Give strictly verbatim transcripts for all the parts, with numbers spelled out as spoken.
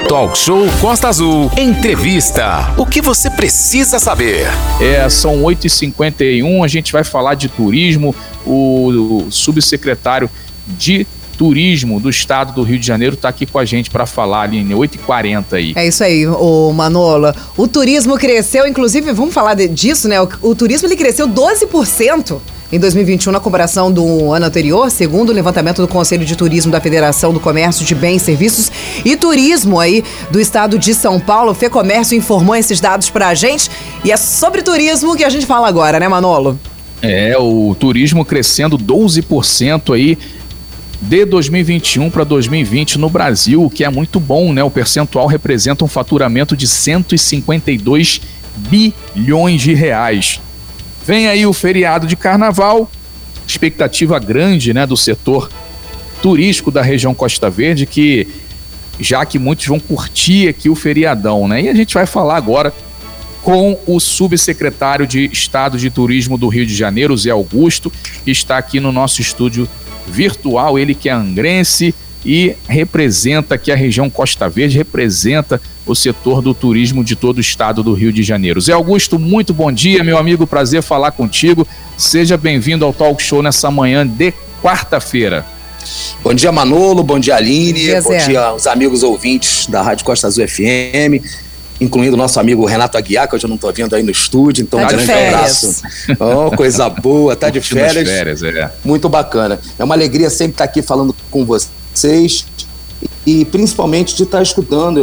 Talk Show Costa Azul. Entrevista. O que você precisa saber? É, são oito e cinquenta e um, a gente vai falar de turismo. O, o subsecretário de Turismo do Estado do Rio de Janeiro está aqui com a gente para falar, Aline, oito e quarenta aí. É isso aí, ô Manolo. O turismo cresceu, inclusive, vamos falar de, disso, né? O, o turismo ele cresceu doze por cento em dois mil e vinte e um na comparação do ano anterior, segundo o levantamento do Conselho de Turismo da Federação do Comércio de Bens, Serviços e Turismo aí do Estado de São Paulo. O FEComércio informou esses dados pra gente e é sobre turismo que a gente fala agora, né, Manolo? É, o turismo crescendo doze por cento aí de dois mil e vinte e um para dois mil e vinte no Brasil, o que é muito bom, né? O percentual representa um faturamento de cento e cinquenta e dois bilhões de reais. Vem aí o feriado de carnaval, expectativa grande, né, do setor turístico da região Costa Verde, que já que muitos vão curtir aqui o feriadão, né? E a gente vai falar agora com o subsecretário de Estado de Turismo do Rio de Janeiro, Zé Augusto, que está aqui no nosso estúdio virtual, ele que é angrense e representa aqui a região Costa Verde, representa o setor do turismo de todo o estado do Rio de Janeiro. Zé Augusto, muito bom dia, meu amigo, prazer falar contigo. Seja bem-vindo ao Talk Show nessa manhã de quarta-feira. Bom dia, Manolo, bom dia, Aline, bom dia, bom dia aos amigos ouvintes da Rádio Costa Azul F M, incluindo o nosso amigo Renato Aguiar, que hoje eu não estou vendo aí no estúdio, então tá um grande abraço. Oh, coisa boa, tá de férias, férias é. Muito bacana. É uma alegria sempre estar aqui falando com vocês e principalmente de estar escutando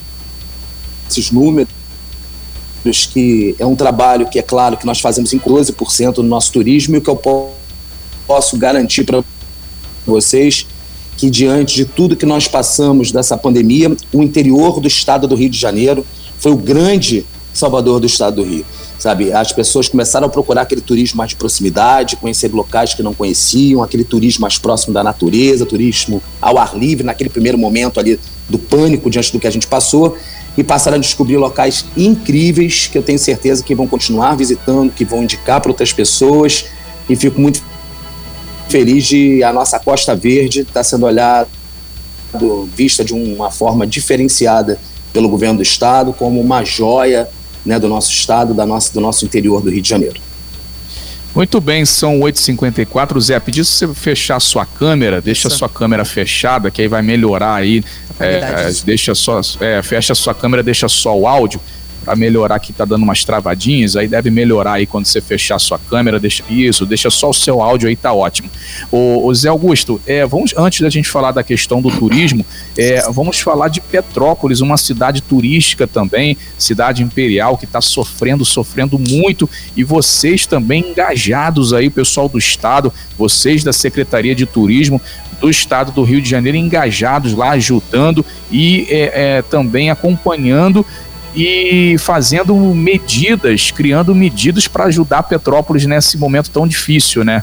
esses números, que é um trabalho que é claro que nós fazemos em doze por cento no nosso turismo, e o que eu posso garantir para vocês que diante de tudo que nós passamos dessa pandemia, o interior do estado do Rio de Janeiro foi o grande salvador do estado do Rio, sabe? As pessoas começaram a procurar aquele turismo mais de proximidade, conhecer locais que não conheciam, aquele turismo mais próximo da natureza, turismo ao ar livre, naquele primeiro momento ali do pânico diante do que a gente passou, e passaram a descobrir locais incríveis que eu tenho certeza que vão continuar visitando, que vão indicar para outras pessoas, e fico muito feliz de a nossa Costa Verde estar sendo olhada, vista de uma forma diferenciada pelo governo do estado, como uma joia, né, do nosso estado, da nossa, do nosso interior do Rio de Janeiro. Muito bem, são oito e cinquenta e quatro. Zé, pedi se você fechar a sua câmera, deixa a sua câmera fechada, que aí vai melhorar aí, é, deixa só, é, fecha a sua câmera, deixa só o áudio, para melhorar, que tá dando umas travadinhas, aí deve melhorar aí quando você fechar a sua câmera, deixa isso, deixa só o seu áudio aí, tá ótimo. Ô, ô Zé Augusto, é, vamos, antes da gente falar da questão do turismo, é, vamos falar de Petrópolis, uma cidade turística também, cidade imperial, que está sofrendo, sofrendo muito, e vocês também engajados aí, o pessoal do estado, vocês da Secretaria de Turismo do estado do Rio de Janeiro, engajados lá, ajudando e é, é, também acompanhando e fazendo medidas, criando medidas para ajudar Petrópolis nesse momento tão difícil, né?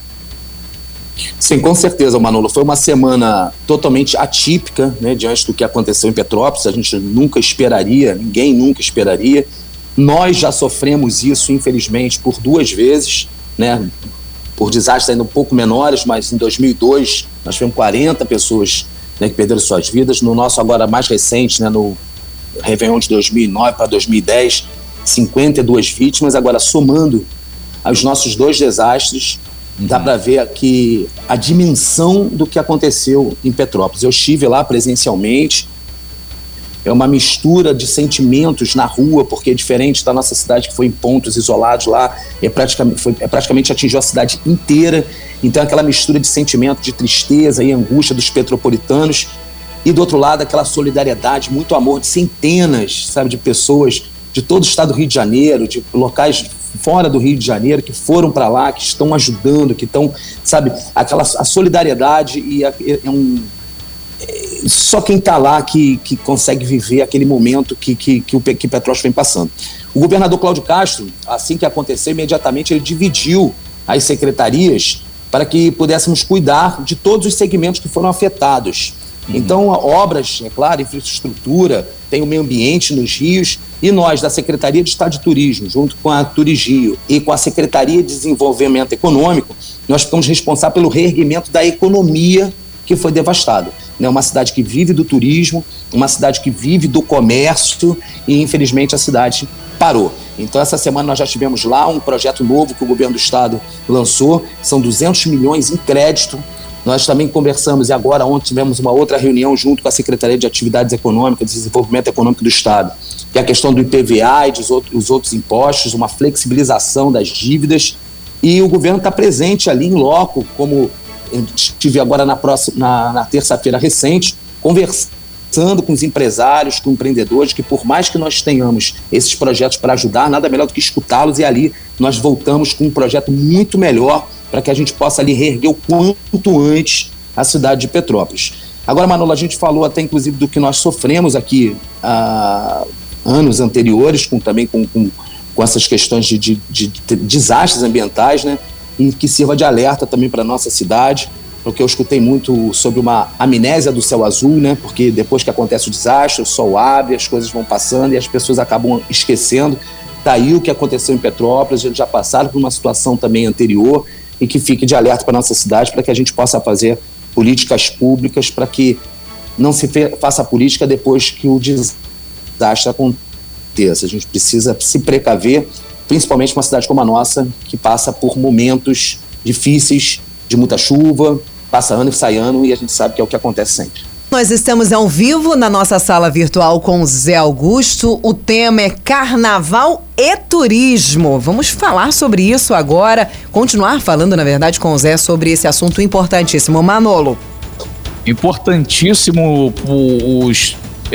Sim, com certeza, Manolo. Foi uma semana totalmente atípica, né, diante do que aconteceu em Petrópolis. A gente nunca esperaria, ninguém nunca esperaria. Nós já sofremos isso, infelizmente, por duas vezes, né, por desastres ainda um pouco menores, mas em dois mil e dois nós tivemos quarenta pessoas, né, que perderam suas vidas. No nosso agora mais recente, né, no Réveillon de dois mil e nove para dois mil e dez, cinquenta e duas vítimas. Agora, somando os nossos dois desastres, uhum, dá para ver aqui a dimensão do que aconteceu em Petrópolis. Eu estive lá presencialmente, é uma mistura de sentimentos na rua, porque é diferente da nossa cidade, que foi em pontos isolados lá, é praticamente, foi, é praticamente atingiu a cidade inteira. Então, aquela mistura de sentimento, de tristeza e angústia dos petropolitanos, e do outro lado aquela solidariedade, muito amor de centenas, sabe, de pessoas de todo o estado do Rio de Janeiro, de locais fora do Rio de Janeiro, que foram para lá, que estão ajudando, que estão, sabe, aquela a solidariedade, e é, é um é, só quem está lá que, que consegue viver aquele momento que, que, que o que Petrópolis vem passando. O governador Cláudio Castro, assim que aconteceu, imediatamente ele dividiu as secretarias para que pudéssemos cuidar de todos os segmentos que foram afetados. Então, obras, é claro, infraestrutura, tem o meio ambiente nos rios, e nós, da Secretaria de Estado de Turismo, junto com a Turigio e com a Secretaria de Desenvolvimento Econômico, nós ficamos responsáveis pelo reerguimento da economia que foi devastada. né, uma cidade que vive do turismo, uma cidade que vive do comércio e, infelizmente, a cidade parou. Então, essa semana nós já tivemos lá um projeto novo que o governo do estado lançou, são duzentos milhões em crédito. Nós também conversamos, e agora ontem tivemos uma outra reunião junto com a Secretaria de Atividades Econômicas e Desenvolvimento Econômico do Estado, que é a questão do I P V A e dos outros, os outros impostos, uma flexibilização das dívidas, e o governo está presente ali em loco, como estive agora na, próxima, na, na terça-feira recente, conversando com os empresários, com empreendedores, que por mais que nós tenhamos esses projetos para ajudar, nada melhor do que escutá-los, e ali nós voltamos com um projeto muito melhor para que a gente possa ali reerguer o quanto antes a cidade de Petrópolis. Agora, Manolo, a gente falou até inclusive do que nós sofremos aqui há anos anteriores, com, também com, com, com essas questões de, de, de, de desastres ambientais, né? E que sirva de alerta também para a nossa cidade, porque eu escutei muito sobre uma amnésia do céu azul, né? Porque depois que acontece o desastre, o sol abre, as coisas vão passando e as pessoas acabam esquecendo. Está aí o que aconteceu em Petrópolis, eles já passaram por uma situação também anterior, e que fique de alerta para a nossa cidade, para que a gente possa fazer políticas públicas, para que não se faça política depois que o desastre aconteça. A gente precisa se precaver, principalmente uma cidade como a nossa, que passa por momentos difíceis, de muita chuva, passa ano e sai ano, e a gente sabe que é o que acontece sempre. Nós estamos ao vivo na nossa sala virtual com o Zé Augusto. O tema é Carnaval e Turismo. Vamos falar sobre isso agora, continuar falando, na verdade, com o Zé sobre esse assunto importantíssimo. Manolo. Importantíssimo os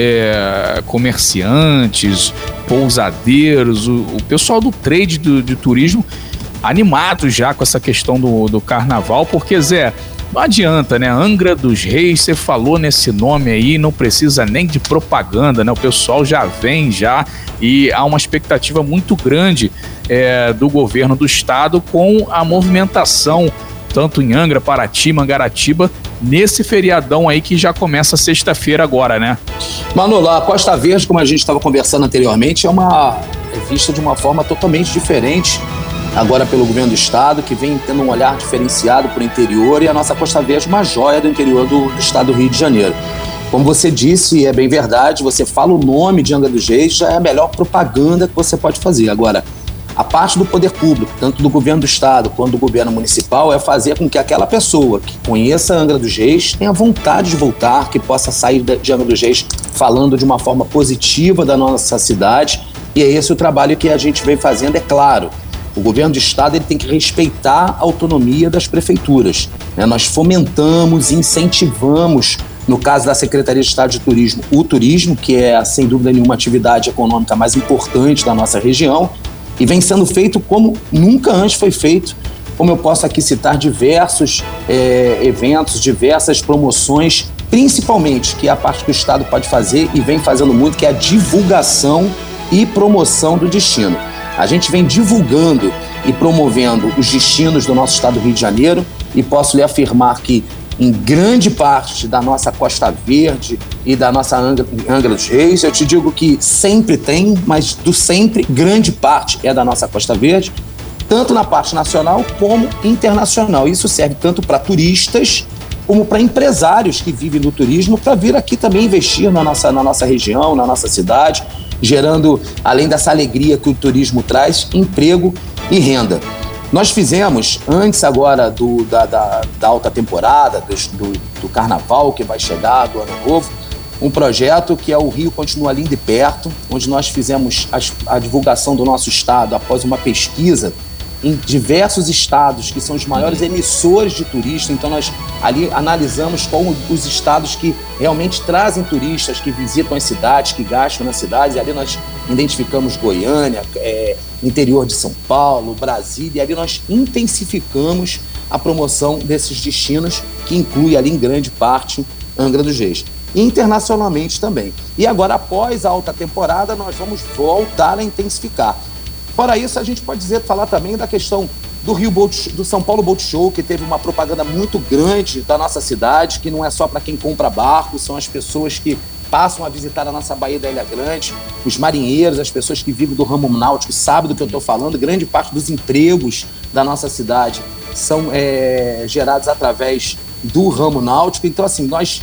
é, comerciantes, pousadeiros, o, o pessoal do trade do, de turismo animados já com essa questão do, do carnaval, porque, Zé, não adianta, né? Angra dos Reis, você falou nesse nome aí, não precisa nem de propaganda, né? O pessoal já vem já e há uma expectativa muito grande é, do governo do estado com a movimentação, tanto em Angra, Paraty, Mangaratiba, nesse feriadão aí que já começa sexta-feira agora, né? Manolo, a Costa Verde, como a gente estava conversando anteriormente, é uma é vista de uma forma totalmente diferente agora pelo governo do estado, que vem tendo um olhar diferenciado para o interior, e a nossa Costa Verde é uma joia do interior do, do estado do Rio de Janeiro. Como você disse, e é bem verdade, você fala o nome de Angra dos Reis, já é a melhor propaganda que você pode fazer. Agora, a parte do poder público, tanto do governo do estado quanto do governo municipal, é fazer com que aquela pessoa que conheça Angra dos Reis tenha vontade de voltar, que possa sair de Angra dos Reis falando de uma forma positiva da nossa cidade, e é esse o trabalho que a gente vem fazendo, é claro. O governo do estado ele tem que respeitar a autonomia das prefeituras, né? Nós fomentamos e incentivamos, no caso da Secretaria de Estado de Turismo, o turismo, que é, sem dúvida nenhuma, a atividade econômica mais importante da nossa região, e vem sendo feito como nunca antes foi feito. Como eu posso aqui citar diversos é, eventos, diversas promoções, principalmente, que é a parte que o estado pode fazer e vem fazendo muito, que é a divulgação e promoção do destino. A gente vem divulgando e promovendo os destinos do nosso estado do Rio de Janeiro, e posso lhe afirmar que em grande parte da nossa Costa Verde e da nossa Angra, Angra dos Reis, eu te digo que sempre tem, mas do sempre, grande parte é da nossa Costa Verde, tanto na parte nacional como internacional. Isso serve tanto para turistas como para empresários que vivem do turismo, para vir aqui também investir na nossa, na nossa região, na nossa cidade, gerando, além dessa alegria que o turismo traz, emprego e renda. Nós fizemos, antes agora do, da, da, da alta temporada, do, do carnaval que vai chegar, do ano novo, um projeto que é o Rio Continua Lindo e Perto, onde nós fizemos a, a divulgação do nosso estado após uma pesquisa em diversos estados que são os maiores emissores de turistas. Então nós ali analisamos qual os estados que realmente trazem turistas, que visitam as cidades, que gastam nas cidades, e ali nós identificamos Goiânia, é, interior de São Paulo, Brasília, e ali nós intensificamos a promoção desses destinos, que inclui ali em grande parte Angra dos Reis. Internacionalmente também. E agora, após a alta temporada, nós vamos voltar a intensificar. Fora isso, a gente pode dizer, falar também da questão do Rio Boat, do São Paulo Boat Show, que teve uma propaganda muito grande da nossa cidade, que não é só para quem compra barco, são as pessoas que passam a visitar a nossa Baía da Ilha Grande, os marinheiros, as pessoas que vivem do ramo náutico, sabem do que eu estou falando. Grande parte dos empregos da nossa cidade são é, gerados através do ramo náutico. Então, assim, nós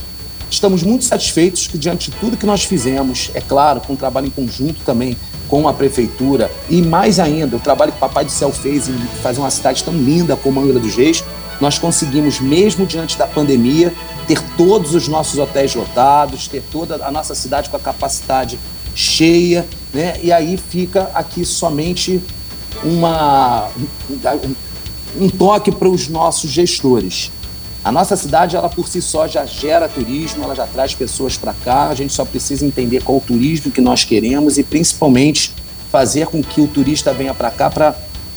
estamos muito satisfeitos que, diante de tudo que nós fizemos, é claro, com um trabalho em conjunto também com a prefeitura, e mais ainda, o trabalho que o Papai do Céu fez em fazer uma cidade tão linda como Angra dos Reis, nós conseguimos, mesmo diante da pandemia, ter todos os nossos hotéis lotados, ter toda a nossa cidade com a capacidade cheia, né? E aí fica aqui somente uma, um, um toque para os nossos gestores. A nossa cidade, ela por si só já gera turismo, ela já traz pessoas para cá, a gente só precisa entender qual o turismo que nós queremos e principalmente fazer com que o turista venha para cá para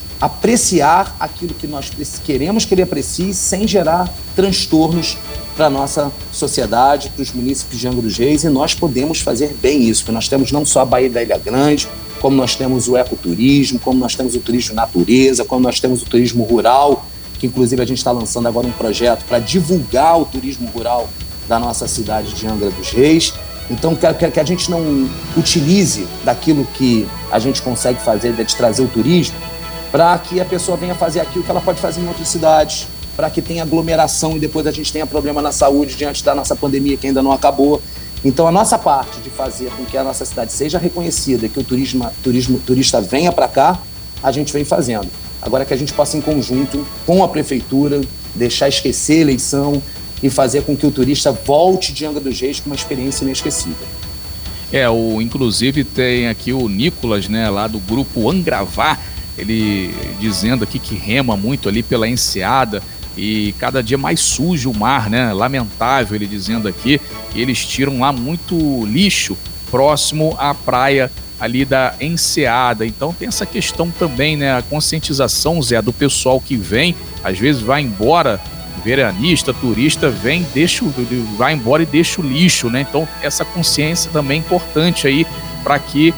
apreciar aquilo que nós queremos que ele aprecie sem gerar transtornos para a nossa sociedade, para os munícipes de Angra dos Reis, e nós podemos fazer bem isso, porque nós temos não só a Baía da Ilha Grande, como nós temos o ecoturismo, como nós temos o turismo natureza, como nós temos o turismo rural, que inclusive a gente está lançando agora um projeto para divulgar o turismo rural da nossa cidade de Angra dos Reis. Então, quero que a gente não utilize daquilo que a gente consegue fazer, de trazer o turismo, para que a pessoa venha fazer aquilo que ela pode fazer em outras cidades, para que tenha aglomeração e depois a gente tenha problema na saúde diante da nossa pandemia que ainda não acabou. Então, a nossa parte de fazer com que a nossa cidade seja reconhecida, que o turismo, turismo, turista venha para cá, a gente vem fazendo. Agora que a gente possa, em conjunto com a prefeitura, deixar esquecer a eleição e fazer com que o turista volte de Angra dos Reis com uma experiência inesquecível. É, o, inclusive tem aqui o Nicolas, né, lá do grupo Angravá, ele dizendo aqui que rema muito ali pela enseada e cada dia mais sujo o mar, né, lamentável, ele dizendo aqui, que eles tiram lá muito lixo próximo à praia ali da enseada. Então tem essa questão também, né, a conscientização, Zé, do pessoal que vem, às vezes vai embora, veranista, turista, vem, deixa, vai embora e deixa o lixo, né? Então essa consciência também é importante aí para que,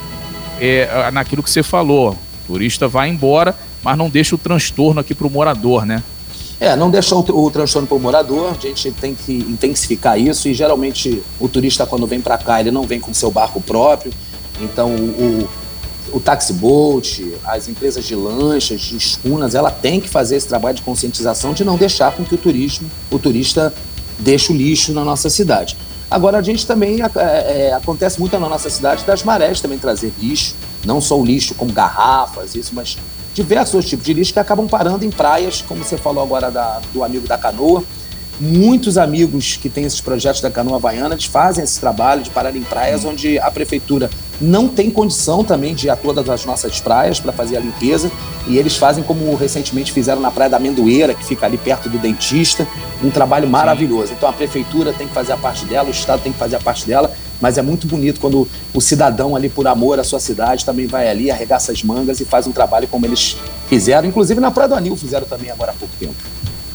é, naquilo que você falou, o turista vai embora, mas não deixa o transtorno aqui para o morador, né? É, não deixar o, o transtorno para o morador, a gente tem que intensificar isso, e geralmente o turista, quando vem para cá, ele não vem com seu barco próprio. Então, o, o, o taxiboat, as empresas de lanchas, de escunas, ela tem que fazer esse trabalho de conscientização de não deixar com que o, turismo, o turista deixe o lixo na nossa cidade. Agora, a gente também, é, é, acontece muito na nossa cidade das marés também trazer lixo, não só o lixo como garrafas, isso, mas diversos outros tipos de lixo que acabam parando em praias, como você falou agora da, do amigo da canoa. Muitos amigos que têm esses projetos da Canoa Havaiana, eles fazem esse trabalho de parar em praias onde a prefeitura não tem condição também de ir a todas as nossas praias para fazer a limpeza, e eles fazem como recentemente fizeram na Praia da Amendoeira, que fica ali perto do dentista, um trabalho maravilhoso. Então a prefeitura tem que fazer a parte dela, o Estado tem que fazer a parte dela, mas é muito bonito quando o cidadão ali, por amor à sua cidade, também vai ali, arregaça as mangas e faz um trabalho como eles fizeram, inclusive na Praia do Anil fizeram também agora há pouco tempo.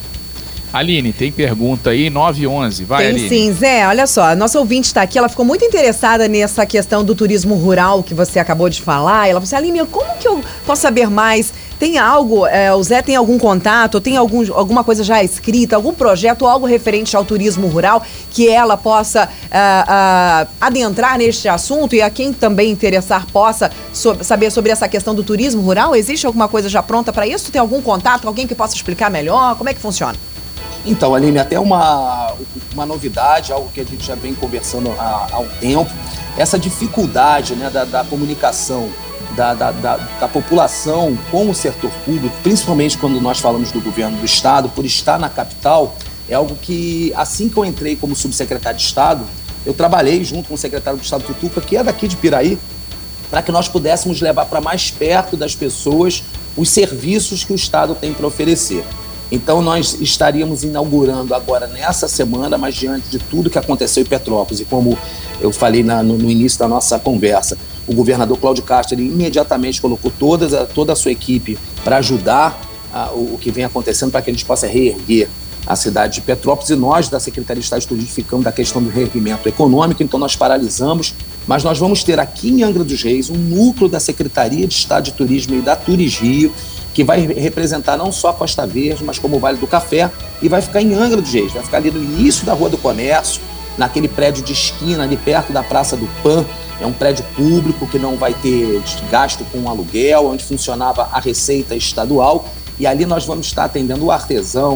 Aline, tem pergunta aí, nove e onze, vai, tem, Aline. Sim, Zé, olha só, a nossa ouvinte está aqui, ela ficou muito interessada nessa questão do turismo rural que você acabou de falar, ela falou assim, Aline, como que eu posso saber mais? Tem algo, é, o Zé tem algum contato, tem algum, alguma coisa já escrita, algum projeto, algo referente ao turismo rural que ela possa uh, uh, adentrar neste assunto e a quem também interessar possa so- saber sobre essa questão do turismo rural? Existe alguma coisa já pronta para isso? Tem algum contato, alguém que possa explicar melhor? Como é que funciona? Então, Aline, até uma, uma novidade, algo que a gente já vem conversando há, há um tempo, essa dificuldade, né, da, da comunicação da, da, da, da população com o setor público, principalmente quando nós falamos do governo do Estado, por estar na capital, é algo que, assim que eu entrei como subsecretário de Estado, eu trabalhei junto com o secretário de Estado Tutuca, que é daqui de Piraí, para que nós pudéssemos levar para mais perto das pessoas os serviços que o Estado tem para oferecer. Então, nós estaríamos inaugurando agora nessa semana, mas diante de tudo que aconteceu em Petrópolis, e como eu falei na, no, no início da nossa conversa, o governador Cláudio Castro ele imediatamente colocou todas a, toda a sua equipe para ajudar a, o, o que vem acontecendo, para que a gente possa reerguer a cidade de Petrópolis, e nós da Secretaria de Estado de Turismo ficamos da questão do reerguimento econômico, então nós paralisamos, mas nós vamos ter aqui em Angra dos Reis um núcleo da Secretaria de Estado de Turismo e da Turisrio, que vai representar não só a Costa Verde, mas como o Vale do Café, e vai ficar em Angra dos Reis, vai ficar ali no início da Rua do Comércio, naquele prédio de esquina ali perto da Praça do Pan. É um prédio público que não vai ter gasto com aluguel, onde funcionava a Receita Estadual, e ali nós vamos estar atendendo o artesão,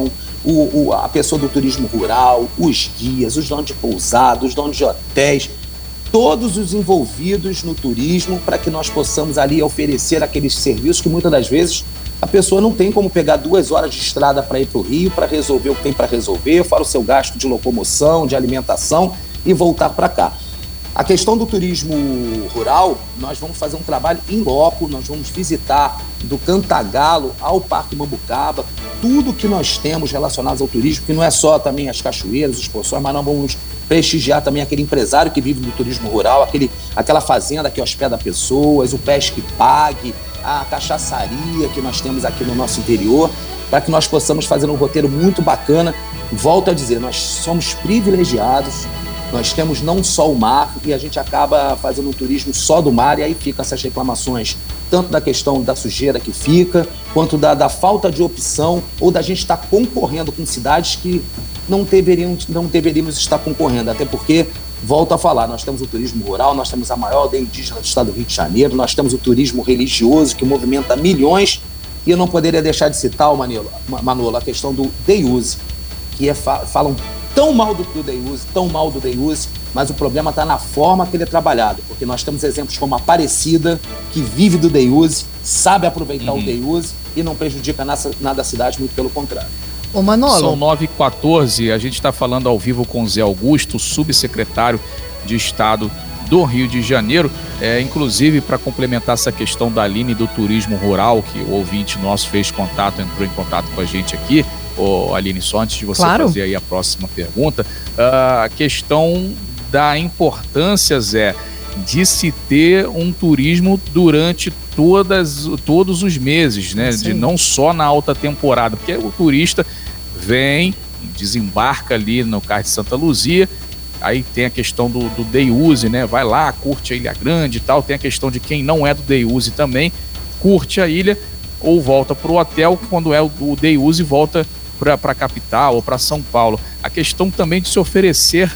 o, o, a pessoa do turismo rural, os guias, os donos de pousadas, os donos de hotéis, todos os envolvidos no turismo, para que nós possamos ali oferecer aqueles serviços que muitas das vezes a pessoa não tem como pegar duas horas de estrada para ir para o Rio, para resolver o que tem para resolver, fora o seu gasto de locomoção, de alimentação e voltar para cá. A questão do turismo rural, nós vamos fazer um trabalho em loco, nós vamos visitar do Cantagalo ao Parque Mambucaba, tudo que nós temos relacionado ao turismo, que não é só também as cachoeiras, os poções, mas nós vamos prestigiar também aquele empresário que vive do turismo rural, aquele, aquela fazenda que hospeda pessoas, o Pesque Pague, a cachaçaria que nós temos aqui no nosso interior, para que nós possamos fazer um roteiro muito bacana. Volto a dizer, nós somos privilegiados, nós temos não só o mar e a gente acaba fazendo um turismo só do mar, e aí ficam essas reclamações, tanto da questão da sujeira que fica, quanto da, da falta de opção, ou da gente estar concorrendo com cidades que não deveríamos, não deveríamos estar concorrendo, até porque, volto a falar, nós temos o turismo rural, nós temos a maior aldeia indígena do estado do Rio de Janeiro, nós temos o turismo religioso que movimenta milhões, e eu não poderia deixar de citar, Manolo, Manolo a questão do day use, que é, falam tão mal do, do day use, tão mal do day use, mas o problema está na forma que ele é trabalhado, porque nós temos exemplos como a Aparecida, que vive do day use, sabe aproveitar uhum. o day use e não prejudica nada, nada a cidade, muito pelo contrário. Ô Manolo. São nove e quatorze, a gente está falando ao vivo com o Zé Augusto, subsecretário de Estado do Rio de Janeiro, é, inclusive para complementar essa questão da Aline do turismo rural, que o ouvinte nosso fez contato, entrou em contato com a gente aqui. Ô, Aline, só antes de você claro. fazer aí a próxima pergunta, a questão da importância, Zé, de se ter um turismo durante todas, todos os meses, né? De não só na alta temporada, porque o turista vem, desembarca ali no Cais de Santa Luzia, aí tem a questão do, do day use, né? Vai lá, curte a Ilha Grande e tal, tem a questão de quem não é do day use também, curte a ilha ou volta para o hotel, quando é o, o day use volta para a capital ou para São Paulo. A questão também de se oferecer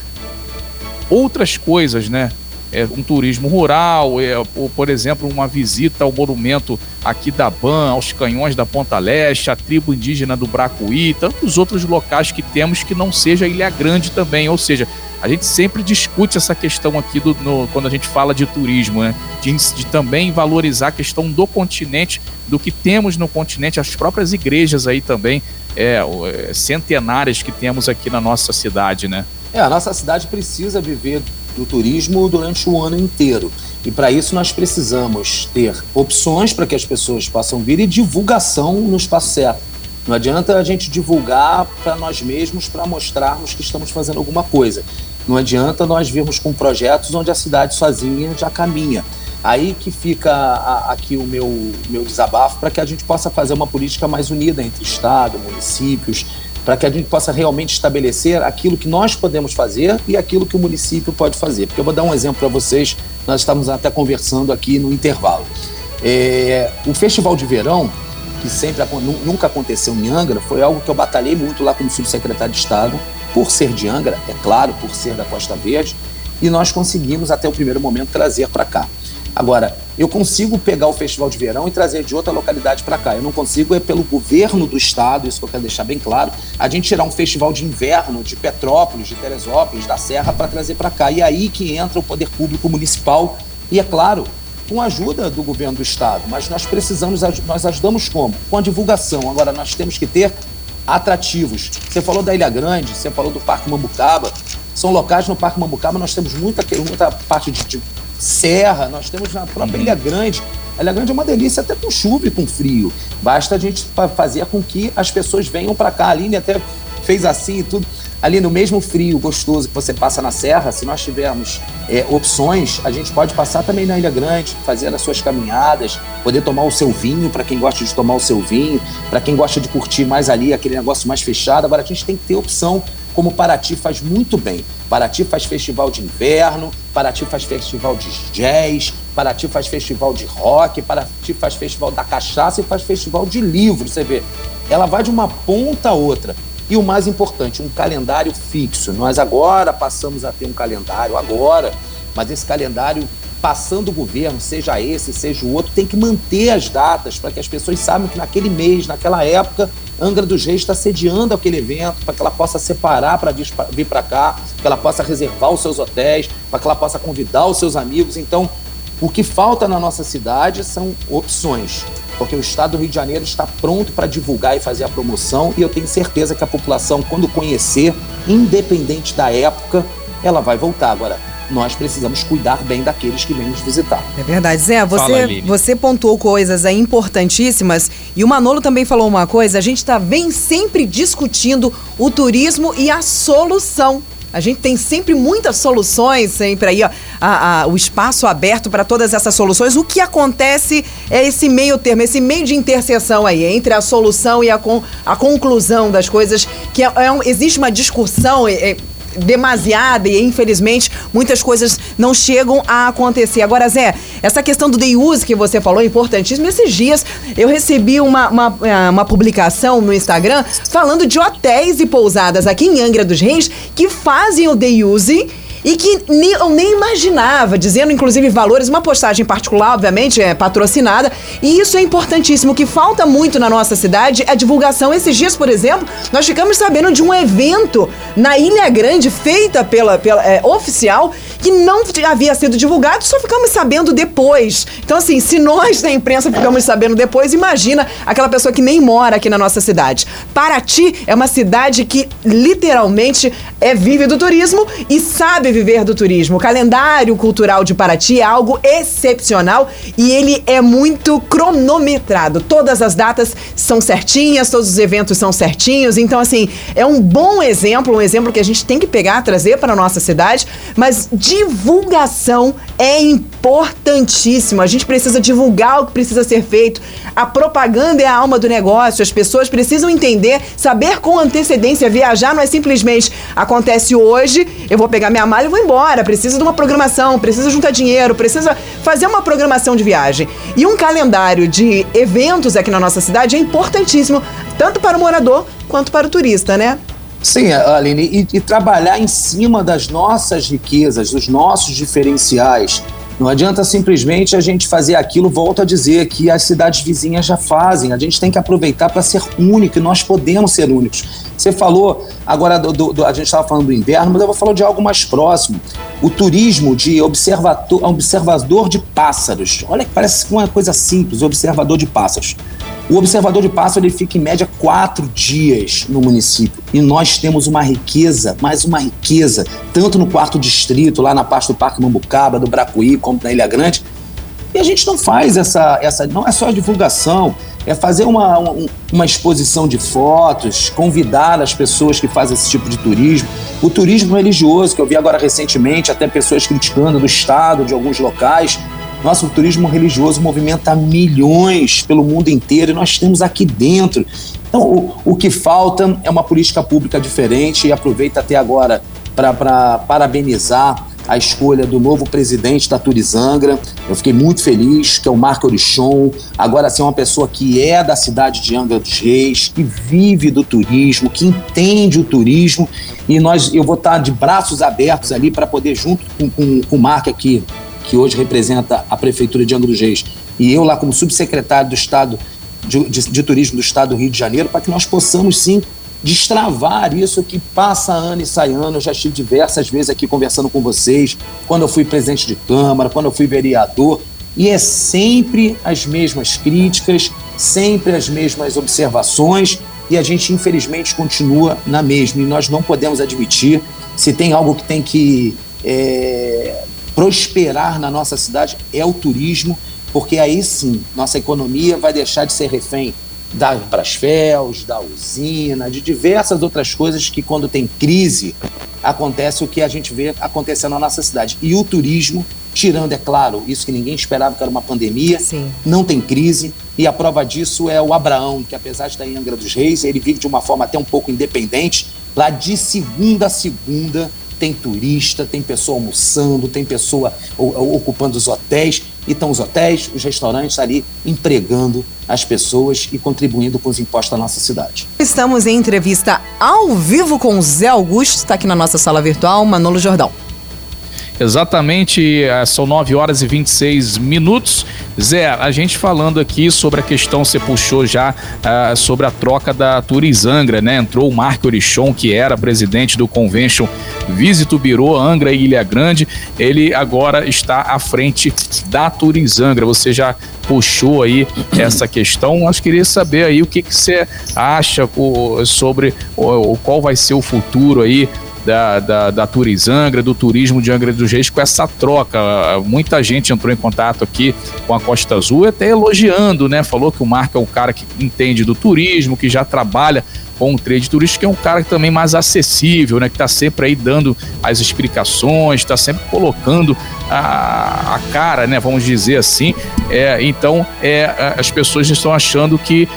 outras coisas, né? É, um turismo rural, é, ou, por exemplo, uma visita ao monumento aqui da B A N, aos canhões da Ponta Leste, a tribo indígena do Bracuí, tantos outros locais que temos que não seja Ilha Grande também. Ou seja, a gente sempre discute essa questão aqui do, no, quando a gente fala de turismo, né? de, de também valorizar a questão do continente, do que temos no continente, as próprias igrejas aí também, é, é, centenárias que temos aqui na nossa cidade, né? É, a nossa cidade precisa viver do turismo durante o ano inteiro. E para isso nós precisamos ter opções para que as pessoas possam vir e divulgação no espaço certo. Não adianta a gente divulgar para nós mesmos, para mostrarmos que estamos fazendo alguma coisa. Não adianta nós virmos com projetos onde a cidade sozinha já caminha. Aí que fica a, aqui o meu, meu desabafo, para que a gente possa fazer uma política mais unida entre Estado, municípios, para que a gente possa realmente estabelecer aquilo que nós podemos fazer e aquilo que o município pode fazer. Porque eu vou dar um exemplo para vocês, nós estamos até conversando aqui no intervalo. É, o Festival de Verão, que sempre nunca aconteceu em Angra, foi algo que eu batalhei muito lá como subsecretário de Estado, por ser de Angra, é claro, por ser da Costa Verde, e nós conseguimos até o primeiro momento trazer para cá. Agora, eu consigo pegar o Festival de Verão e trazer de outra localidade para cá. Eu não consigo, é pelo governo do estado, isso que eu quero deixar bem claro, a gente tirar um festival de inverno de Petrópolis, de Teresópolis, da Serra, para trazer para cá. E aí que entra o poder público municipal e, é claro, com a ajuda do governo do estado. Mas nós precisamos, nós ajudamos como? Com a divulgação. Agora, nós temos que ter atrativos. Você falou da Ilha Grande, você falou do Parque Mambucaba. São locais no Parque Mambucaba, nós temos muita, muita parte de, de serra, nós temos na própria Ilha Grande. A Ilha Grande é uma delícia até com chuva e com frio. Basta a gente fazer com que as pessoas venham para cá. A Aline até fez assim e tudo. Ali no mesmo frio gostoso que você passa na serra, se nós tivermos é, opções, a gente pode passar também na Ilha Grande, fazer as suas caminhadas, poder tomar o seu vinho, para quem gosta de tomar o seu vinho, para quem gosta de curtir mais ali, aquele negócio mais fechado. Agora a gente tem que ter opção, como Paraty faz muito bem. Paraty faz festival de inverno, Paraty faz festival de jazz, Paraty faz festival de rock, Paraty faz festival da cachaça e faz festival de livro, você vê. Ela vai de uma ponta a outra. E o mais importante, um calendário fixo. Nós agora passamos a ter um calendário, agora, mas esse calendário passando o governo, seja esse, seja o outro, tem que manter as datas para que as pessoas saibam que naquele mês, naquela época, Angra dos Reis está sediando aquele evento, para que ela possa separar para vir para cá, que ela possa reservar os seus hotéis, para que ela possa convidar os seus amigos. Então, o que falta na nossa cidade são opções, porque o Estado do Rio de Janeiro está pronto para divulgar e fazer a promoção, e eu tenho certeza que a população, quando conhecer, independente da época, ela vai voltar. Agora, nós precisamos cuidar bem daqueles que vêm nos visitar. É verdade. Zé, você, Fala, você pontuou coisas aí importantíssimas, e o Manolo também falou uma coisa: a gente tá, vem sempre discutindo o turismo e a solução. A gente tem sempre muitas soluções, sempre aí, ó, a, a, o espaço aberto para todas essas soluções. O que acontece é esse meio termo, esse meio de interseção aí, entre a solução e a, con, a conclusão das coisas, que é, é um, existe uma discussão é, demasiada e, infelizmente, muitas coisas não chegam a acontecer. Agora, Zé, essa questão do day use que você falou é importantíssimo. Esses dias eu recebi uma, uma, uma publicação no Instagram falando de hotéis e pousadas aqui em Angra dos Reis que fazem o day use e que nem, eu nem imaginava, dizendo inclusive valores, uma postagem particular, obviamente, é patrocinada, e isso é importantíssimo. O que falta muito na nossa cidade é a divulgação. Esses dias, por exemplo, nós ficamos sabendo de um evento na Ilha Grande, feita pela, pela é, oficial, que não havia sido divulgado, só ficamos sabendo depois. Então, assim, se nós da imprensa ficamos sabendo depois, imagina aquela pessoa que nem mora aqui na nossa cidade. Paraty é uma cidade que literalmente é, vive do turismo e sabe viver do turismo. O calendário cultural de Paraty é algo excepcional e ele é muito cronometrado. Todas as datas são certinhas, todos os eventos são certinhos. Então, assim, é um bom exemplo, um exemplo que a gente tem que pegar, trazer para a nossa cidade, mas divulgação é importantíssimo. A gente precisa divulgar o que precisa ser feito. A propaganda é a alma do negócio. As pessoas precisam entender, saber com antecedência. Viajar não é simplesmente acontece hoje, eu vou pegar minha mala e vou embora. Precisa de uma programação, precisa juntar dinheiro, precisa fazer uma programação de viagem. E um calendário de eventos aqui na nossa cidade é importantíssimo, tanto para o morador quanto para o turista, né? Sim, Aline, e, e trabalhar em cima das nossas riquezas, dos nossos diferenciais. Não adianta simplesmente a gente fazer aquilo, volto a dizer, que as cidades vizinhas já fazem. A gente tem que aproveitar para ser único, e nós podemos ser únicos. Você falou, agora do, do, do, a gente estava falando do inverno, mas eu vou falar de algo mais próximo. O turismo de observador, observador de pássaros. Olha que parece uma coisa simples, observador de pássaros. O observador de pássaro, ele fica em média quatro dias no município. E nós temos uma riqueza, mais uma riqueza, tanto no quarto distrito, lá na parte do Parque Mambucaba, do Bracuí, como na Ilha Grande. E a gente não faz essa, essa não é só a divulgação, é fazer uma, uma, uma exposição de fotos, convidar as pessoas que fazem esse tipo de turismo. O turismo religioso, que eu vi agora recentemente, até pessoas criticando do estado, de alguns locais. Nossa, o turismo religioso movimenta milhões pelo mundo inteiro e nós temos aqui dentro. Então, o, o que falta é uma política pública diferente, e aproveito até agora para parabenizar a escolha do novo presidente da Turizangra. Eu fiquei muito feliz, que é o Marco Orichon. Agora, sim, é uma pessoa que é da cidade de Angra dos Reis, que vive do turismo, que entende o turismo, e nós, eu vou estar de braços abertos ali para poder, junto com, com, com o Marco aqui, que hoje representa a Prefeitura de Angra dos Reis, e eu lá como subsecretário do Estado de, de, de Turismo do Estado do Rio de Janeiro, para que nós possamos sim destravar isso que passa ano e sai ano. Eu já estive diversas vezes aqui conversando com vocês, quando eu fui presidente de Câmara, quando eu fui vereador, e é sempre as mesmas críticas, sempre as mesmas observações, e a gente infelizmente continua na mesma, e nós não podemos admitir. Se tem algo que tem que é, prosperar na nossa cidade, é o turismo, porque aí sim, nossa economia vai deixar de ser refém da Brasfels, da usina, de diversas outras coisas que, quando tem crise, acontece o que a gente vê acontecendo na nossa cidade. E o turismo, tirando, é claro, isso que ninguém esperava, que era uma pandemia, sim, não tem crise, e a prova disso é o Abraão, que apesar de estar em Angra dos Reis, ele vive de uma forma até um pouco independente. Lá de segunda a segunda tem turista, tem pessoa almoçando, tem pessoa ocupando os hotéis, e estão os hotéis, os restaurantes ali empregando as pessoas e contribuindo com os impostos da nossa cidade. Estamos em entrevista ao vivo com o Zé Augusto, está aqui na nossa sala virtual, Manolo Jordão. Exatamente, são nove horas e vinte e seis minutos. Zé, a gente falando aqui sobre a questão, você puxou já uh, sobre a troca da Turizangra, né? Entrou o Mark Orichon, que era presidente do Convention Visit Bureau Angra e Ilha Grande, ele agora está à frente da Turizangra. Você já puxou aí essa questão, nós queríamos saber aí o que, que você acha o, sobre o, o, qual vai ser o futuro aí Da, da, da Turizangra, do turismo de Angra dos Reis com essa troca. Muita gente entrou em contato aqui com a Costa Azul, até elogiando, né? Falou que o Marco é um cara que entende do turismo, que já trabalha com o trade turístico, que é um cara que também mais acessível, né? Que está sempre aí dando as explicações, está sempre colocando a, a cara, né? Vamos dizer assim. É, então, é, as pessoas estão achando que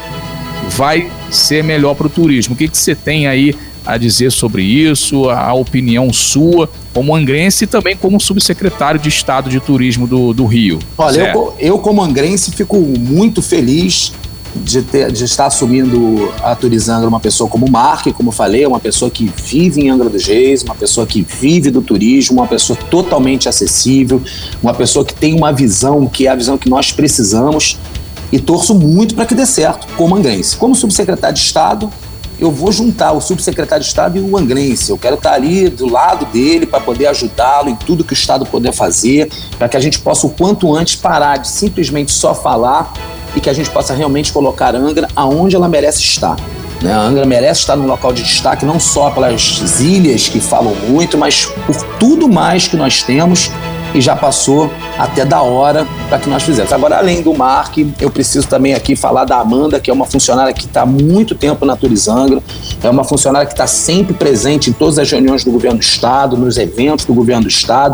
vai ser melhor para o turismo. O que, que você tem aí a dizer sobre isso, a opinião sua como angrense e também como subsecretário de Estado de Turismo do, do Rio? Olha, eu, eu como angrense fico muito feliz de, ter, de estar assumindo a Turizangra uma pessoa como o Mark, como eu falei, uma pessoa que vive em Angra dos Reis, uma pessoa que vive do turismo, uma pessoa totalmente acessível, uma pessoa que tem uma visão que é a visão que nós precisamos, e torço muito para que dê certo como angrense. Como subsecretário de Estado, eu vou juntar o subsecretário de Estado e o angrense. Eu quero estar ali do lado dele para poder ajudá-lo em tudo que o Estado puder fazer, para que a gente possa o quanto antes parar de simplesmente só falar e que a gente possa realmente colocar a Angra aonde ela merece estar. Né? A Angra merece estar num local de destaque, não só pelas ilhas que falam muito, mas por tudo mais que nós temos e já passou até da hora para que nós fizemos. Agora, além do Mark, eu preciso também aqui falar da Amanda, que é uma funcionária que está há muito tempo na Turizangra, é uma funcionária que está sempre presente em todas as reuniões do governo do Estado, nos eventos do governo do Estado.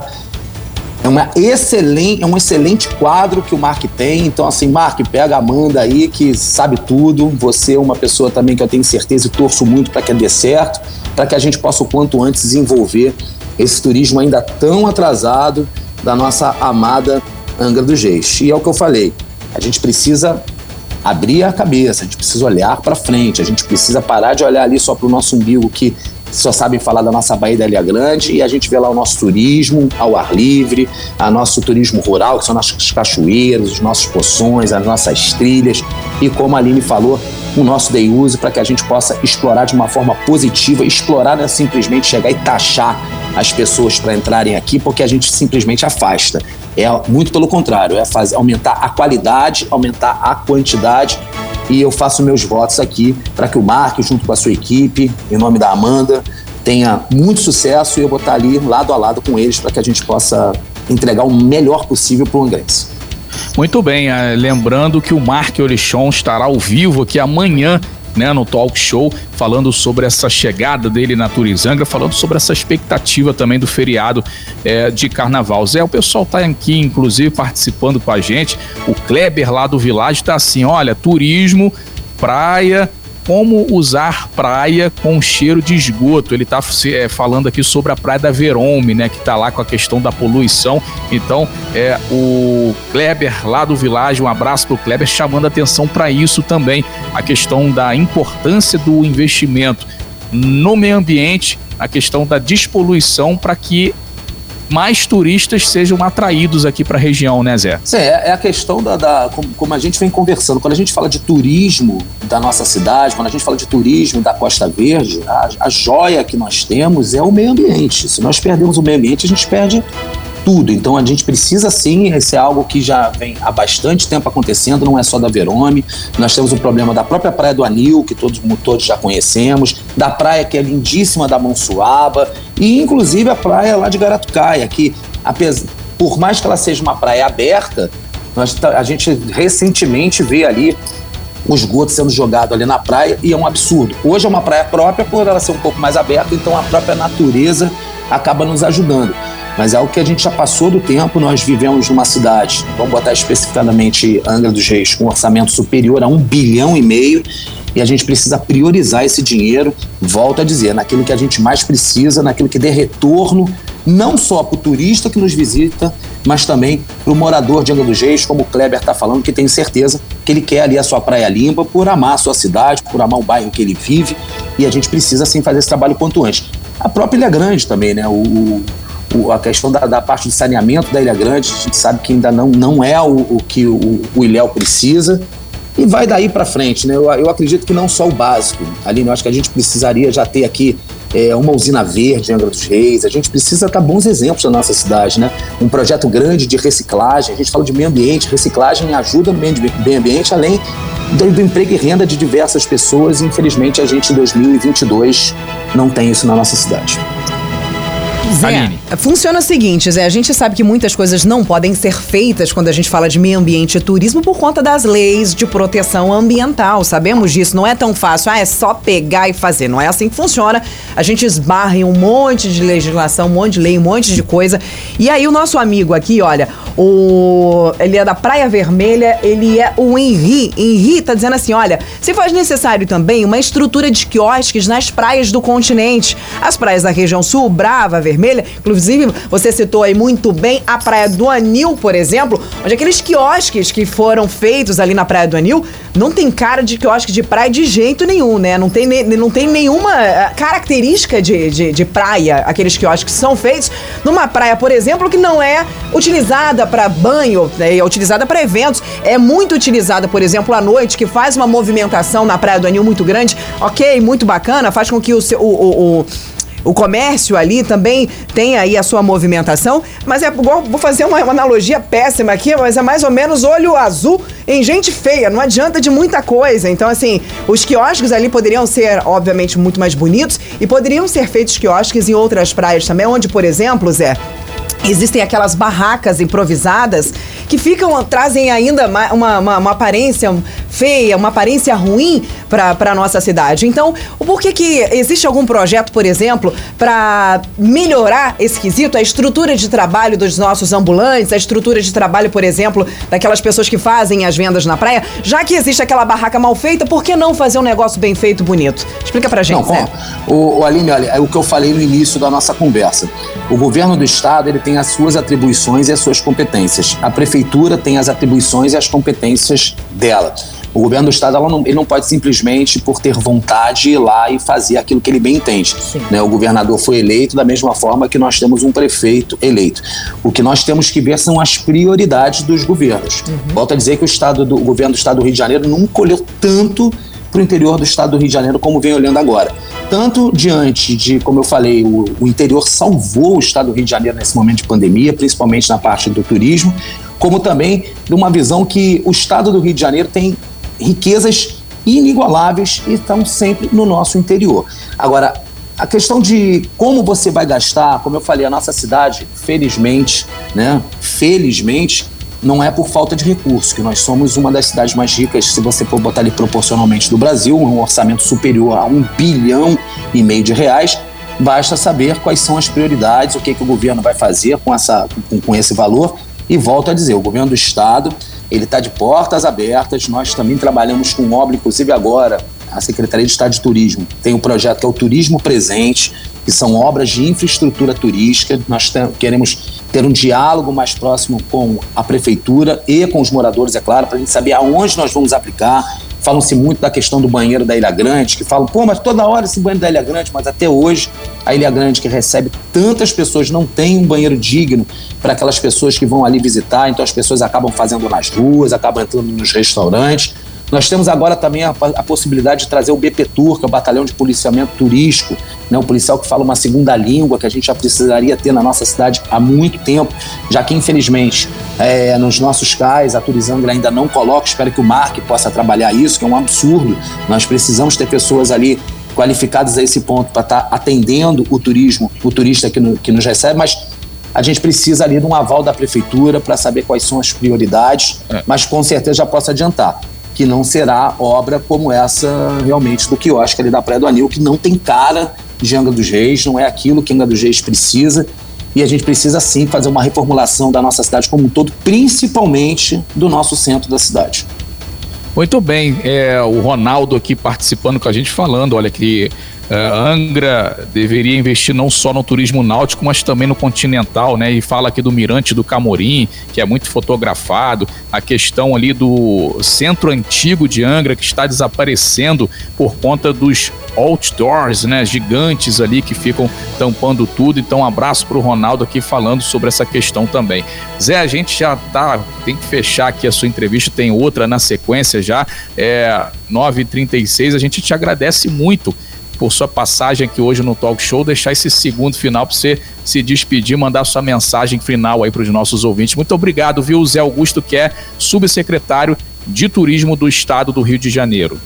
É, uma excelente, é um excelente quadro que o Mark tem. Então, assim, Mark, pega a Amanda aí, que sabe tudo. Você é uma pessoa também que eu tenho certeza e torço muito para que dê certo, para que a gente possa o quanto antes desenvolver esse turismo ainda tão atrasado da nossa amada Angra dos Reis. E é o que eu falei, a gente precisa abrir a cabeça, a gente precisa olhar para frente, a gente precisa parar de olhar ali só para o nosso umbigo, que só sabem falar da nossa Baía da Ilha Grande, e a gente vê lá o nosso turismo ao ar livre, o nosso turismo rural, que são nossas cachoeiras, os nossos poções, as nossas trilhas, e como a Aline falou, o nosso day use, para que a gente possa explorar de uma forma positiva. Explorar não é simplesmente chegar e taxar as pessoas para entrarem aqui, porque a gente simplesmente afasta. É muito pelo contrário, é fazer, aumentar a qualidade, aumentar a quantidade, e eu faço meus votos aqui para que o Mark, junto com a sua equipe, em nome da Amanda, tenha muito sucesso, e eu vou estar ali lado a lado com eles para que a gente possa entregar o melhor possível para o angrense. Muito bem, lembrando que o Mark Orichon estará ao vivo aqui amanhã, né, no Talk Show, falando sobre essa chegada dele na Turizangra, falando sobre essa expectativa também do feriado é, de Carnaval. Zé, o pessoal tá aqui, inclusive, participando com a gente. O Kleber lá do Village tá assim, olha, turismo, praia, como usar praia com cheiro de esgoto. Ele tá é, falando aqui sobre a praia da Verome, né, que tá lá com a questão da poluição. Então, é, o Kleber lá do Village, um abraço pro Kleber, chamando atenção para isso também, a questão da importância do investimento no meio ambiente, a questão da despoluição, para que mais turistas sejam atraídos aqui para a região, né, Zé? Sim, é, é a questão da, da como, como a gente vem conversando, quando a gente fala de turismo da nossa cidade, quando a gente fala de turismo da Costa Verde, a, a joia que nós temos é o meio ambiente. Se nós perdemos o meio ambiente, a gente perde tudo. Então a gente precisa sim, esse é algo que já vem há bastante tempo acontecendo, não é só da Verome. Nós temos o problema da própria praia do Anil, que todos, todos já conhecemos, da praia que é lindíssima da Monsuaba, e inclusive a praia lá de Garatucaia, que apesar, por mais que ela seja uma praia aberta, nós, a gente recentemente vê ali o esgoto sendo jogado ali na praia, e é um absurdo. Hoje é uma praia própria, por ela ser um pouco mais aberta, então a própria natureza acaba nos ajudando. Mas é algo que a gente já passou do tempo. Nós vivemos numa cidade, vamos botar especificadamente Angra dos Reis, com um orçamento superior a um bilhão e meio, e a gente precisa priorizar esse dinheiro, volto a dizer, naquilo que a gente mais precisa, naquilo que dê retorno, não só para o turista que nos visita, mas também para o morador de Angra dos Reis, como o Kleber está falando, que tenho certeza que ele quer ali a sua praia limpa, por amar a sua cidade, por amar o bairro que ele vive, e a gente precisa sim fazer esse trabalho quanto antes. A própria Ilha Grande também, né? O, o, a questão da, da parte do saneamento da Ilha Grande, a gente sabe que ainda não, não é o, o que o, o Ilhéu precisa, e vai daí para frente, né? Eu, eu acredito que não só o básico, Aline, eu acho que a gente precisaria já ter aqui é, uma usina verde em Angra dos Reis, a gente precisa dar bons exemplos na nossa cidade, né? Um projeto grande de reciclagem, a gente fala de meio ambiente, reciclagem ajuda no meio ambiente, além do, do emprego e renda de diversas pessoas, e infelizmente a gente em dois mil e vinte e dois não tem isso na nossa cidade. Zé, Aline. funciona o seguinte, Zé, a gente sabe que muitas coisas não podem ser feitas quando a gente fala de meio ambiente e turismo por conta das leis de proteção ambiental, sabemos disso, não é tão fácil, ah, é só pegar e fazer, não é assim que funciona, a gente esbarra em um monte de legislação, um monte de lei, um monte de coisa, e aí o nosso amigo aqui, olha, o... ele é da Praia Vermelha, ele é o Henri, Henri tá dizendo assim, olha, se faz necessário também uma estrutura de quiosques nas praias do continente, as praias da região sul, Brava, Vermelha, inclusive você citou aí muito bem a Praia do Anil, por exemplo, onde aqueles quiosques que foram feitos ali na Praia do Anil não tem cara de quiosque de praia de jeito nenhum, né? Não tem, não tem nenhuma característica de, de, de praia, aqueles quiosques que são feitos numa praia, por exemplo, que não é utilizada para banho, né? É utilizada para eventos, é muito utilizada, por exemplo, à noite, que faz uma movimentação na Praia do Anil muito grande, ok, muito bacana, faz com que o seu, o, o, o O comércio ali também tem aí a sua movimentação, mas é igual, vou fazer uma, uma analogia péssima aqui, mas é mais ou menos olho azul em gente feia, não adianta de muita coisa. Então, assim, os quiosques ali poderiam ser, obviamente, muito mais bonitos e poderiam ser feitos quiosques em outras praias também, onde, por exemplo, Zé, existem aquelas barracas improvisadas que ficam, trazem ainda uma, uma, uma aparência feia, uma aparência ruim para a nossa cidade. Então, por que que existe algum projeto, por exemplo, para melhorar esse quesito, a estrutura de trabalho dos nossos ambulantes, a estrutura de trabalho, por exemplo, daquelas pessoas que fazem as vendas na praia? Já que existe aquela barraca mal feita, por que não fazer um negócio bem feito, bonito? Explica pra gente, Zé. O, o Aline, olha, é o que eu falei no início da nossa conversa. O governo do estado, ele tem as suas atribuições e as suas competências. A prefeitura tem as atribuições e as competências dela. O governo do estado, ela não, ele não pode simplesmente, por ter vontade, ir lá e fazer aquilo que ele bem entende. Né? O governador foi eleito da mesma forma que nós temos um prefeito eleito. O que nós temos que ver são as prioridades dos governos. Uhum. Volto a dizer que o, estado do, o governo do estado do Rio de Janeiro nunca olhou tanto para o interior do estado do Rio de Janeiro como vem olhando agora. Tanto diante de, como eu falei, o, o interior salvou o estado do Rio de Janeiro nesse momento de pandemia, principalmente na parte do turismo, como também de uma visão que o estado do Rio de Janeiro tem riquezas inigualáveis e estão sempre no nosso interior. Agora, a questão de como você vai gastar, como eu falei, a nossa cidade, felizmente, né, felizmente, não é por falta de recursos, que nós somos uma das cidades mais ricas, se você for botar ali proporcionalmente do Brasil, um orçamento superior a um bilhão e meio de reais, basta saber quais são as prioridades, o que, que o governo vai fazer com, essa, com, com esse valor. E volto a dizer, o governo do estado, ele está de portas abertas, nós também trabalhamos com obra, inclusive agora, a Secretaria de Estado de Turismo tem um projeto que é o Turismo Presente, que são obras de infraestrutura turística. Nós te- queremos ter um diálogo mais próximo com a prefeitura e com os moradores, é claro, para a gente saber aonde nós vamos aplicar. Falam-se muito da questão do banheiro da Ilha Grande, que falam, pô, mas toda hora esse banheiro da Ilha Grande, mas até hoje a Ilha Grande, que recebe tantas pessoas, não tem um banheiro digno para aquelas pessoas que vão ali visitar, então as pessoas acabam fazendo nas ruas, acabam entrando nos restaurantes. Nós temos agora também a, a possibilidade de trazer o B P Tur, que é o Batalhão de Policiamento Turístico, né, um policial que fala uma segunda língua, que a gente já precisaria ter na nossa cidade há muito tempo, já que infelizmente é, nos nossos cais a Turizangra ainda não coloca, espero que o Marc possa trabalhar isso, que é um absurdo. Nós precisamos ter pessoas ali qualificadas a esse ponto para estar atendendo o turismo, o turista que, no, que nos recebe, mas a gente precisa ali de um aval da prefeitura para saber quais são as prioridades, é. Mas com certeza já posso adiantar que não será obra como essa realmente do quiosque ali da Praia do Anil, que não tem cara de Angra dos Reis, não é aquilo que Angra dos Reis precisa, e a gente precisa sim fazer uma reformulação da nossa cidade como um todo, principalmente do nosso centro da cidade. Muito bem, é, o Ronaldo aqui participando com a gente falando, olha que Angra deveria investir não só no turismo náutico, mas também no continental, né? E fala aqui do Mirante do Camorim, que é muito fotografado, a questão ali do centro antigo de Angra, que está desaparecendo por conta dos outdoors, né? Gigantes ali que ficam tampando tudo. Então, um abraço para o Ronaldo aqui falando sobre essa questão também. Zé, a gente já tá, tem que fechar aqui a sua entrevista, tem outra na sequência já, é nove e trinta e seis, a gente te agradece muito por sua passagem aqui hoje no Talk Show, deixar esse segundo final para você se despedir, mandar sua mensagem final aí para os nossos ouvintes. Muito obrigado, viu, Zé Augusto, que é subsecretário de Turismo do Estado do Rio de Janeiro.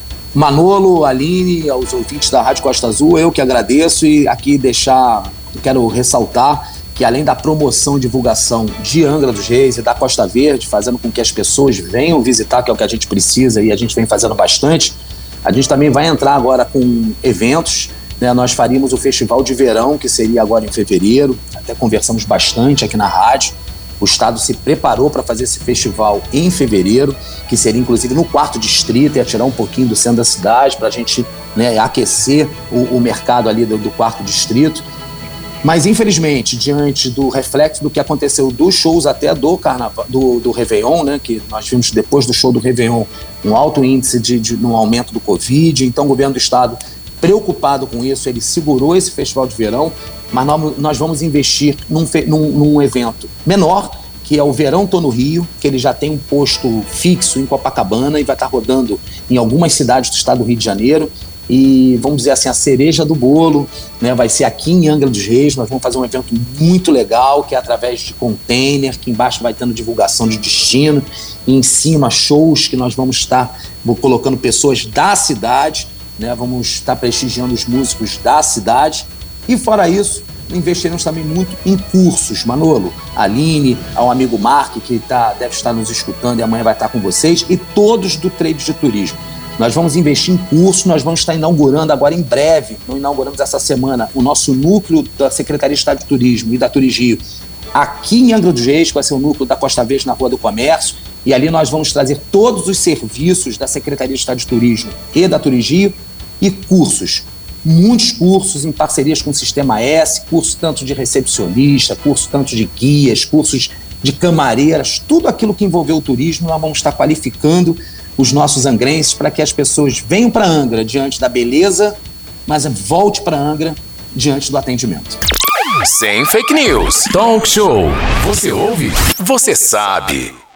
Manolo, Aline, aos ouvintes da Rádio Costa Azul, eu que agradeço, e aqui deixar, quero ressaltar que além da promoção e divulgação de Angra dos Reis e da Costa Verde, fazendo com que as pessoas venham visitar, que é o que a gente precisa e a gente vem fazendo bastante, a gente também vai entrar agora com eventos, né? Nós faríamos o Festival de Verão, que seria agora em fevereiro, até conversamos bastante aqui na rádio. O Estado se preparou para fazer esse festival em fevereiro, que seria inclusive no quarto distrito, ia tirar um pouquinho do centro da cidade para a gente, né, aquecer o, o mercado ali do, do quarto distrito. Mas, infelizmente, diante do reflexo do que aconteceu dos shows até do carnaval, do, do Réveillon, né, que nós vimos depois do show do Réveillon um alto índice de, de, no aumento do Covid, então o governo do Estado, preocupado com isso, ele segurou esse festival de verão, mas nós, nós vamos investir num, num, num evento menor, que é o Verão Tô no Rio, que ele já tem um posto fixo em Copacabana e vai estar rodando em algumas cidades do estado do Rio de Janeiro. E vamos dizer assim, a cereja do bolo, né, vai ser aqui em Angra dos Reis. Nós vamos fazer um evento muito legal, que é através de container, que embaixo vai tendo divulgação de destino, e em cima shows que nós vamos estar colocando pessoas da cidade, né, vamos estar prestigiando os músicos da cidade. E fora isso, investiremos também muito em cursos. Manolo, Aline, ao amigo Mark, que tá, deve estar nos escutando e amanhã vai estar com vocês, e todos do Trade de Turismo. Nós vamos investir em curso, nós vamos estar inaugurando agora em breve, não inauguramos essa semana, o nosso núcleo da Secretaria de Estado de Turismo e da Turismo aqui em Angra dos Reis, que vai ser o núcleo da Costa Verde na Rua do Comércio, e ali nós vamos trazer todos os serviços da Secretaria de Estado de Turismo e da Turismo e cursos, muitos cursos em parcerias com o Sistema S, curso tanto de recepcionista, curso tanto de guias, cursos de camareiras, tudo aquilo que envolveu o turismo, nós vamos estar qualificando os nossos angrenses para que as pessoas venham para Angra diante da beleza, mas volte para Angra diante do atendimento. Sem fake news. Talk Show. Você ouve? Você sabe.